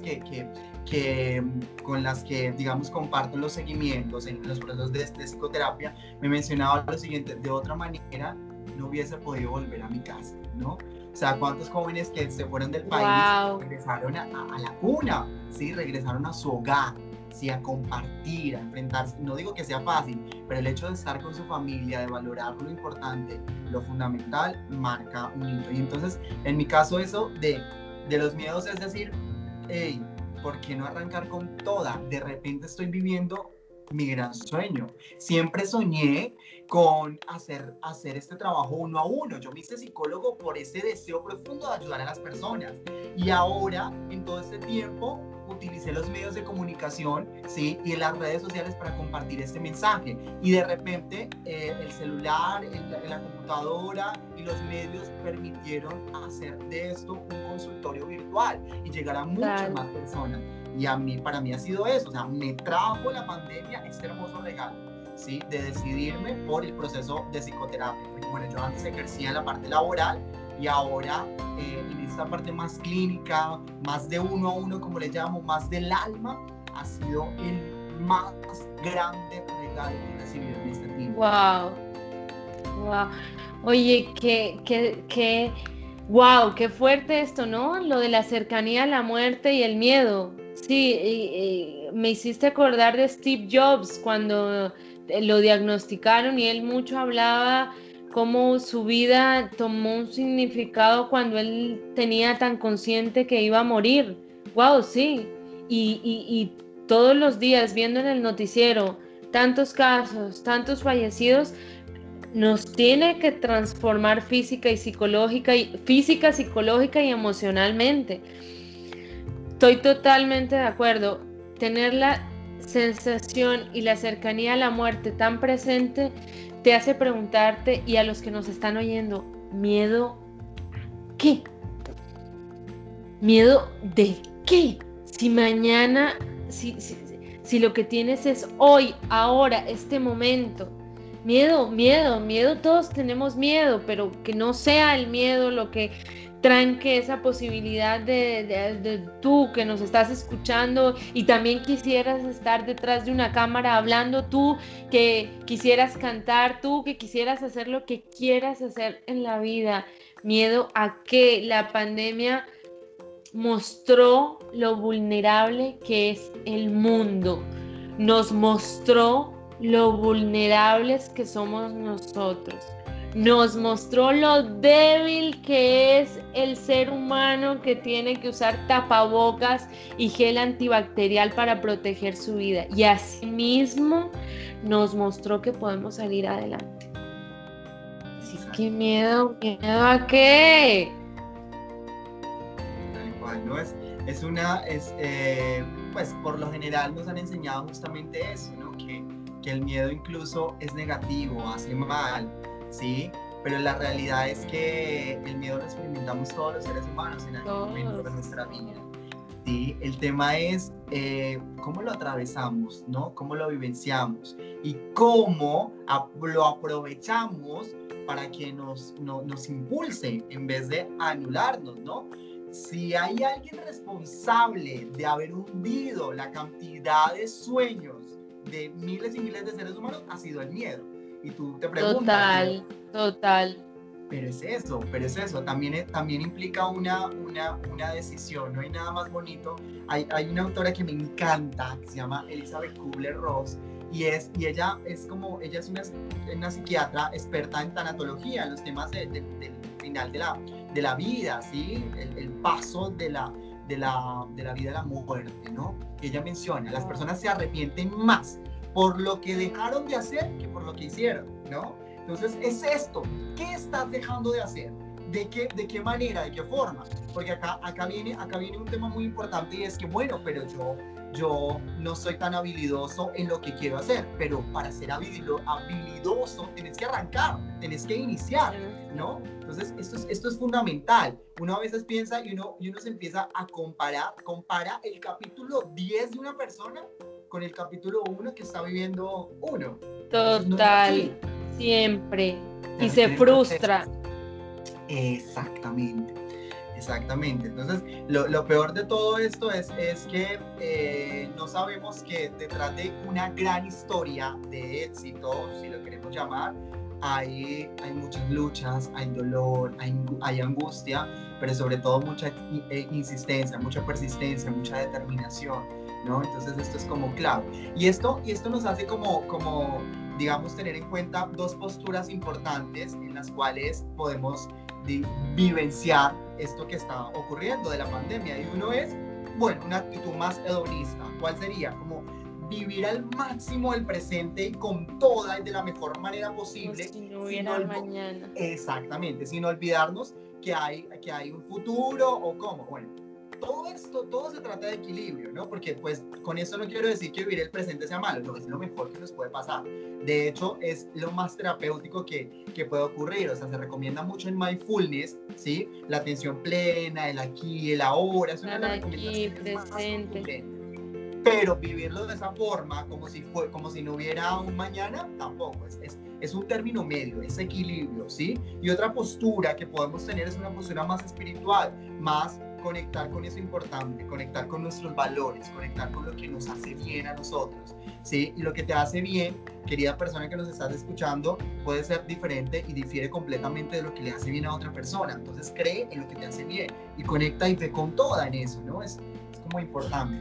con las que, digamos, comparto los seguimientos en los procesos de psicoterapia, me mencionaba lo siguiente: de otra manera no hubiese podido volver a mi casa, ¿no? O sea, ¿cuántos jóvenes que se fueron del país regresaron a la cuna, ¿sí? Regresaron a su hogar, ¿sí? A compartir, a enfrentarse. No digo que sea fácil, pero el hecho de estar con su familia, de valorar lo importante, lo fundamental, marca un hito. Y entonces, en mi caso, eso de los miedos es decir, hey, ¿por qué no arrancar con toda? De repente estoy viviendo mi gran sueño. Siempre soñé con hacer este trabajo uno a uno. Yo me hice psicólogo por ese deseo profundo de ayudar a las personas. Y ahora, en todo este tiempo, utilicé los medios de comunicación, ¿sí? Y las redes sociales para compartir este mensaje. Y de repente, el celular, la computadora y los medios permitieron hacer de esto un consultorio virtual y llegar a muchas más personas. Y para mí ha sido eso, o sea, me trajo la pandemia este hermoso regalo, ¿sí? De decidirme por el proceso de psicoterapia. Porque, bueno, yo antes ejercía en la parte laboral y ahora en esta parte más clínica, más de uno a uno, como le llamo, más del alma, ha sido el más grande regalo que he recibido en este tiempo. Wow. Oye, wow, qué fuerte esto, ¿no? Lo de la cercanía a la muerte y el miedo. Sí, me hiciste acordar de Steve Jobs cuando lo diagnosticaron y él mucho hablaba cómo su vida tomó un significado cuando él tenía tan consciente que iba a morir. Wow, sí. Y todos los días viendo en el noticiero tantos casos, tantos fallecidos, nos tiene que transformar física, psicológica y emocionalmente. Estoy totalmente de acuerdo. Tener la sensación y la cercanía a la muerte tan presente te hace preguntarte, y a los que nos están oyendo, ¿miedo qué? ¿Miedo de qué? Si mañana, si lo que tienes es hoy, ahora, este momento. Miedo, todos tenemos miedo, pero que no sea el miedo lo que tranque esa posibilidad de tú que nos estás escuchando y también quisieras estar detrás de una cámara hablando, tú que quisieras cantar, tú que quisieras hacer lo que quieras hacer en la vida. Miedo a que la pandemia mostró lo vulnerable que es el mundo, nos mostró lo vulnerables que somos nosotros. Nos mostró lo débil que es el ser humano que tiene que usar tapabocas y gel antibacterial para proteger su vida. Y asimismo nos mostró que podemos salir adelante. Así que miedo a qué. Tal cual, ¿no? Pues por lo general nos han enseñado justamente eso, ¿no? Que el miedo incluso es negativo, hace mal, ¿sí? Pero la realidad es que el miedo lo experimentamos todos los seres humanos en algún momento de nuestra vida, ¿sí? El tema es cómo lo atravesamos, ¿no? Cómo lo vivenciamos y cómo lo aprovechamos para que nos impulse en vez de anularnos, ¿no? Si hay alguien responsable de haber hundido la cantidad de sueños de miles y miles de seres humanos, ha sido el miedo. Y tú te preguntas, total. Pero es eso, también implica una decisión. No hay nada más bonito. Hay una autora que me encanta, que se llama Elizabeth Kubler-Ross, y ella es una psiquiatra experta en tanatología, en los temas del final de la vida, ¿sí? El paso de la vida a la muerte, ¿no? Ella menciona, las personas se arrepienten más por lo que dejaron de hacer que por lo que hicieron, ¿no? Entonces, es esto. ¿Qué estás dejando de hacer? ¿De qué manera? ¿De qué forma? Porque acá viene un tema muy importante, y es que, bueno, pero yo no soy tan habilidoso en lo que quiero hacer, pero para ser habilidoso tienes que arrancar, tienes que iniciar, ¿no? Entonces, esto es fundamental. Uno a veces piensa y uno se empieza a compara el capítulo 10 de una persona con el capítulo 1 que está viviendo uno. Total, no, siempre. Y se frustra. Exactamente. Exactamente. Entonces, lo peor de todo esto es que no sabemos que detrás de una gran historia de éxito, si lo queremos llamar, hay muchas luchas, hay dolor, hay angustia, pero sobre todo mucha insistencia, mucha persistencia, mucha determinación, ¿no? Entonces esto es como clave. Y esto nos hace como digamos, tener en cuenta dos posturas importantes en las cuales podemos vivenciar esto que está ocurriendo de la pandemia. Y uno es, bueno, una actitud más hedonista. ¿Cuál sería? Como vivir al máximo el presente y con toda y de la mejor manera posible. Como si no hubiera mañana. Exactamente, sin olvidarnos que hay un futuro o cómo. Bueno, todo se trata de equilibrio, ¿no? Porque pues con esto no quiero decir que vivir el presente sea malo, no, es lo mejor que nos puede pasar. De hecho, es lo más terapéutico que puede ocurrir. O sea, se recomienda mucho en mindfulness, ¿sí? La atención plena, el aquí, el ahora, es una de las recomendaciones más contundentes. Pero vivirlo de esa forma, como si no hubiera un mañana, tampoco. Es un término medio, es equilibrio, ¿sí? Y otra postura que podemos tener es una postura más espiritual, más conectar con eso importante, conectar con nuestros valores, conectar con lo que nos hace bien a nosotros, ¿sí? Y lo que te hace bien, querida persona que nos estás escuchando, puede ser diferente y difiere completamente de lo que le hace bien a otra persona. Entonces cree en lo que te hace bien y conecta y ve con toda en eso, ¿no? Es como importante.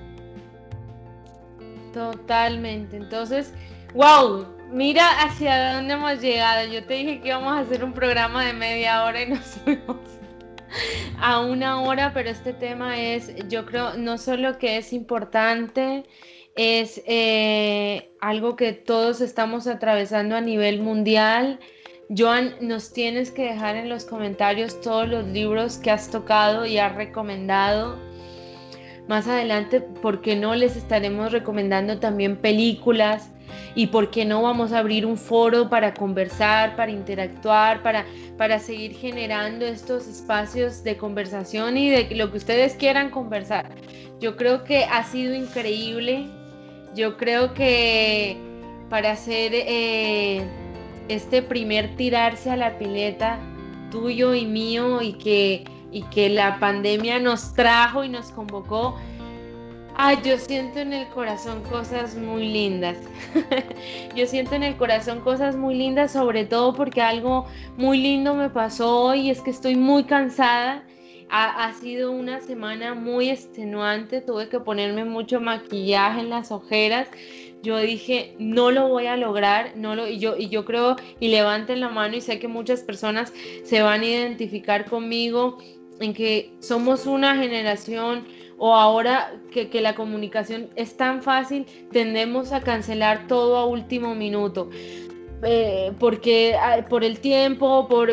Totalmente. Entonces, wow, mira hacia dónde hemos llegado. Yo te dije que íbamos a hacer un programa de media hora y nos fuimos a 1 hora, pero este tema es, yo creo, no solo que es importante, es algo que todos estamos atravesando a nivel mundial. Joan, nos tienes que dejar en los comentarios todos los libros que has tocado y has recomendado. Más adelante, ¿por qué no les estaremos recomendando también películas? ¿Y por qué no vamos a abrir un foro para conversar, para interactuar, para seguir generando estos espacios de conversación y de lo que ustedes quieran conversar? Yo creo que ha sido increíble. Yo creo que para hacer este primer tirarse a la pileta tuyo y mío y que la pandemia nos trajo y nos convocó, yo siento en el corazón cosas muy lindas. Yo siento en el corazón cosas muy lindas, sobre todo porque algo muy lindo me pasó hoy, es que estoy muy cansada. Ha sido una semana muy extenuante, tuve que ponerme mucho maquillaje en las ojeras. Yo dije, no lo voy a lograr, y yo creo, y levanten la mano, y sé que muchas personas se van a identificar conmigo en que somos una generación, o ahora que la comunicación es tan fácil, tendemos a cancelar todo a último minuto, porque por el tiempo, por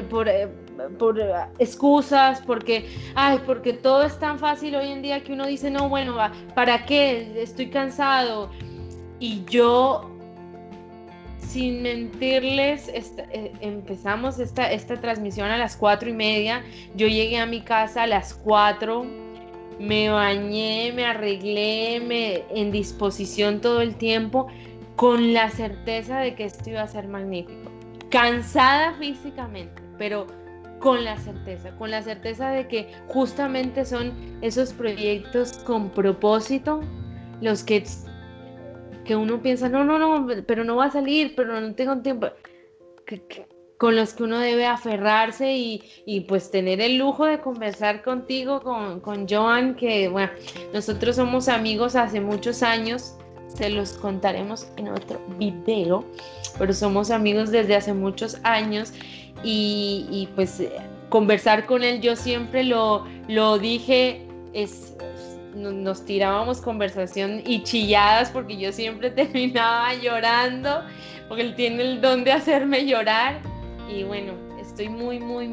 excusas, porque todo es tan fácil hoy en día que uno dice, no, bueno, ¿para qué? Estoy cansado. Y yo, sin mentirles, empezamos esta transmisión a las 4:30. Yo llegué a mi casa a las 4, me bañé, me arreglé, en disposición todo el tiempo, con la certeza de que esto iba a ser magnífico. Cansada físicamente, pero con la certeza de que justamente son esos proyectos con propósito los que uno piensa, no, pero no va a salir, pero no tengo tiempo, con los que uno debe aferrarse y pues tener el lujo de conversar contigo, con Joan, que bueno, nosotros somos amigos hace muchos años, se los contaremos en otro video, pero somos amigos desde hace muchos años y pues conversar con él, yo siempre lo dije, nos tirábamos conversación y chilladas, porque yo siempre terminaba llorando, porque él tiene el don de hacerme llorar. Y bueno, estoy muy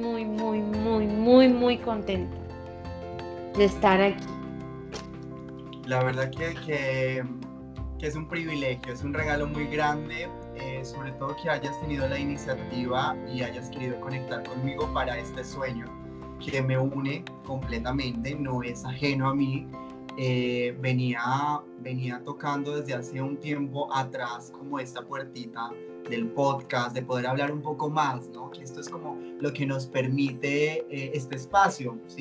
contenta de estar aquí. La verdad que es un privilegio, es un regalo muy grande, sobre todo que hayas tenido la iniciativa y hayas querido conectar conmigo para este sueño que me une completamente, no es ajeno a mí. Venía tocando desde hace un tiempo atrás como esta puertita del podcast, de poder hablar un poco más, ¿no? Que esto es como lo que nos permite este espacio, ¿sí?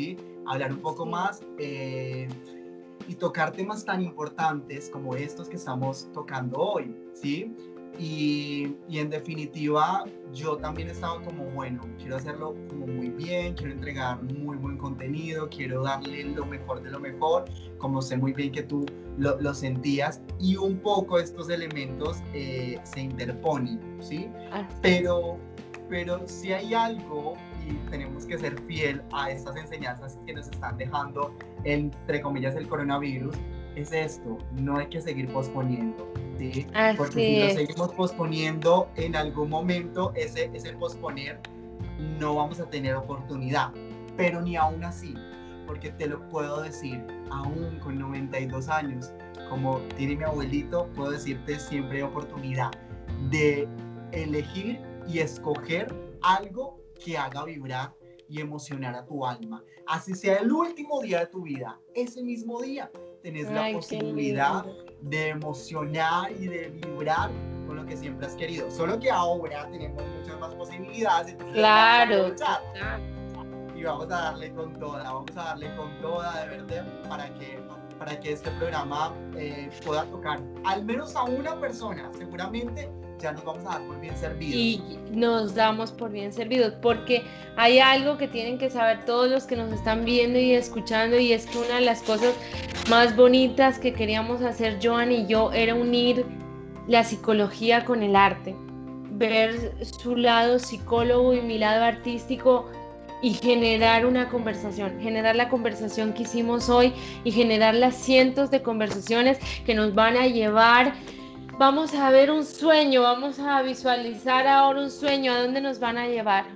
hablar un poco más y tocar temas tan importantes como estos que estamos tocando hoy, ¿sí? Y en definitiva, yo también estaba como, bueno, quiero hacerlo como muy bien, quiero entregar muy buen contenido, quiero darle lo mejor de lo mejor, como sé muy bien que tú lo sentías, y un poco estos elementos se interponen, ¿sí? Pero si hay algo, y tenemos que ser fiel a estas enseñanzas que nos están dejando, entre comillas, el coronavirus, es esto: no hay que seguir posponiendo, ¿sí? Porque si lo seguimos posponiendo, en algún momento ese posponer no vamos a tener oportunidad, pero ni aún así, porque te lo puedo decir, aún con 92 años, como tiene mi abuelito, puedo decirte, siempre hay oportunidad de elegir y escoger algo que haga vibrar y emocionar a tu alma. Así sea el último día de tu vida, ese mismo día tenés la posibilidad de emocionar y de vibrar con lo que siempre has querido. Solo que ahora tenemos muchas más posibilidades. Claro. Y vamos a darle con toda, de verdad, para que este programa pueda tocar al menos a una persona. Seguramente ya nos vamos a dar por bien servidos. Y nos damos por bien servidos, porque hay algo que tienen que saber todos los que nos están viendo y escuchando, y es que una de las cosas más bonitas que queríamos hacer Joan y yo era unir la psicología con el arte, ver su lado psicólogo y mi lado artístico, y generar una conversación, generar la conversación que hicimos hoy y generar las cientos de conversaciones que nos van a llevar. Vamos a ver un sueño, vamos a visualizar ahora un sueño. ¿A dónde nos van a llevar?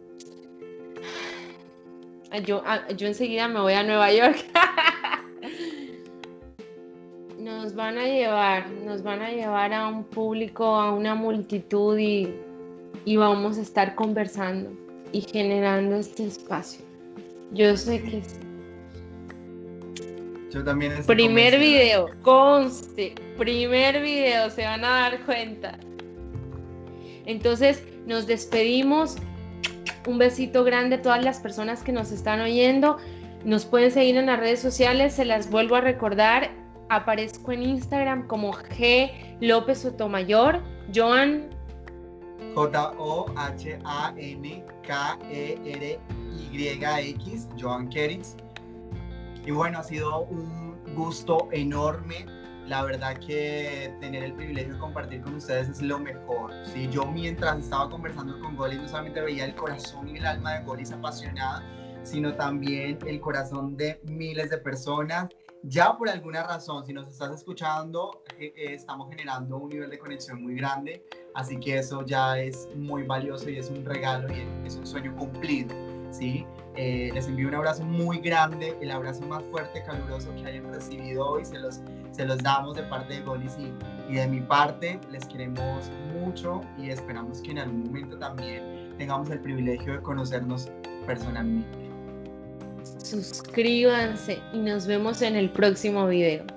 Yo enseguida me voy a Nueva York. Nos van a llevar a un público, a una multitud, y vamos a estar conversando y generando este espacio. Yo sé que sí. Yo también estoy primer video, conste, primer video, se van a dar cuenta. Entonces nos despedimos. Un besito grande a todas las personas que nos están oyendo. Nos pueden seguir en las redes sociales, se las vuelvo a recordar. Aparezco en Instagram como G López Sotomayor. Joan, JOHANKERYX, Joan Kerix. Y bueno, ha sido un gusto enorme. La verdad que tener el privilegio de compartir con ustedes es lo mejor, ¿sí? Yo, mientras estaba conversando con Golis, no solamente veía el corazón y el alma de Golis apasionada, sino también el corazón de miles de personas. Ya por alguna razón, si nos estás escuchando, estamos generando un nivel de conexión muy grande, así que eso ya es muy valioso y es un regalo y es un sueño cumplido, ¿sí? Les envío un abrazo muy grande, el abrazo más fuerte, caluroso que hayan recibido hoy, se los damos de parte de Golis y de mi parte. Les queremos mucho y esperamos que en algún momento también tengamos el privilegio de conocernos personalmente. Suscríbanse y nos vemos en el próximo video.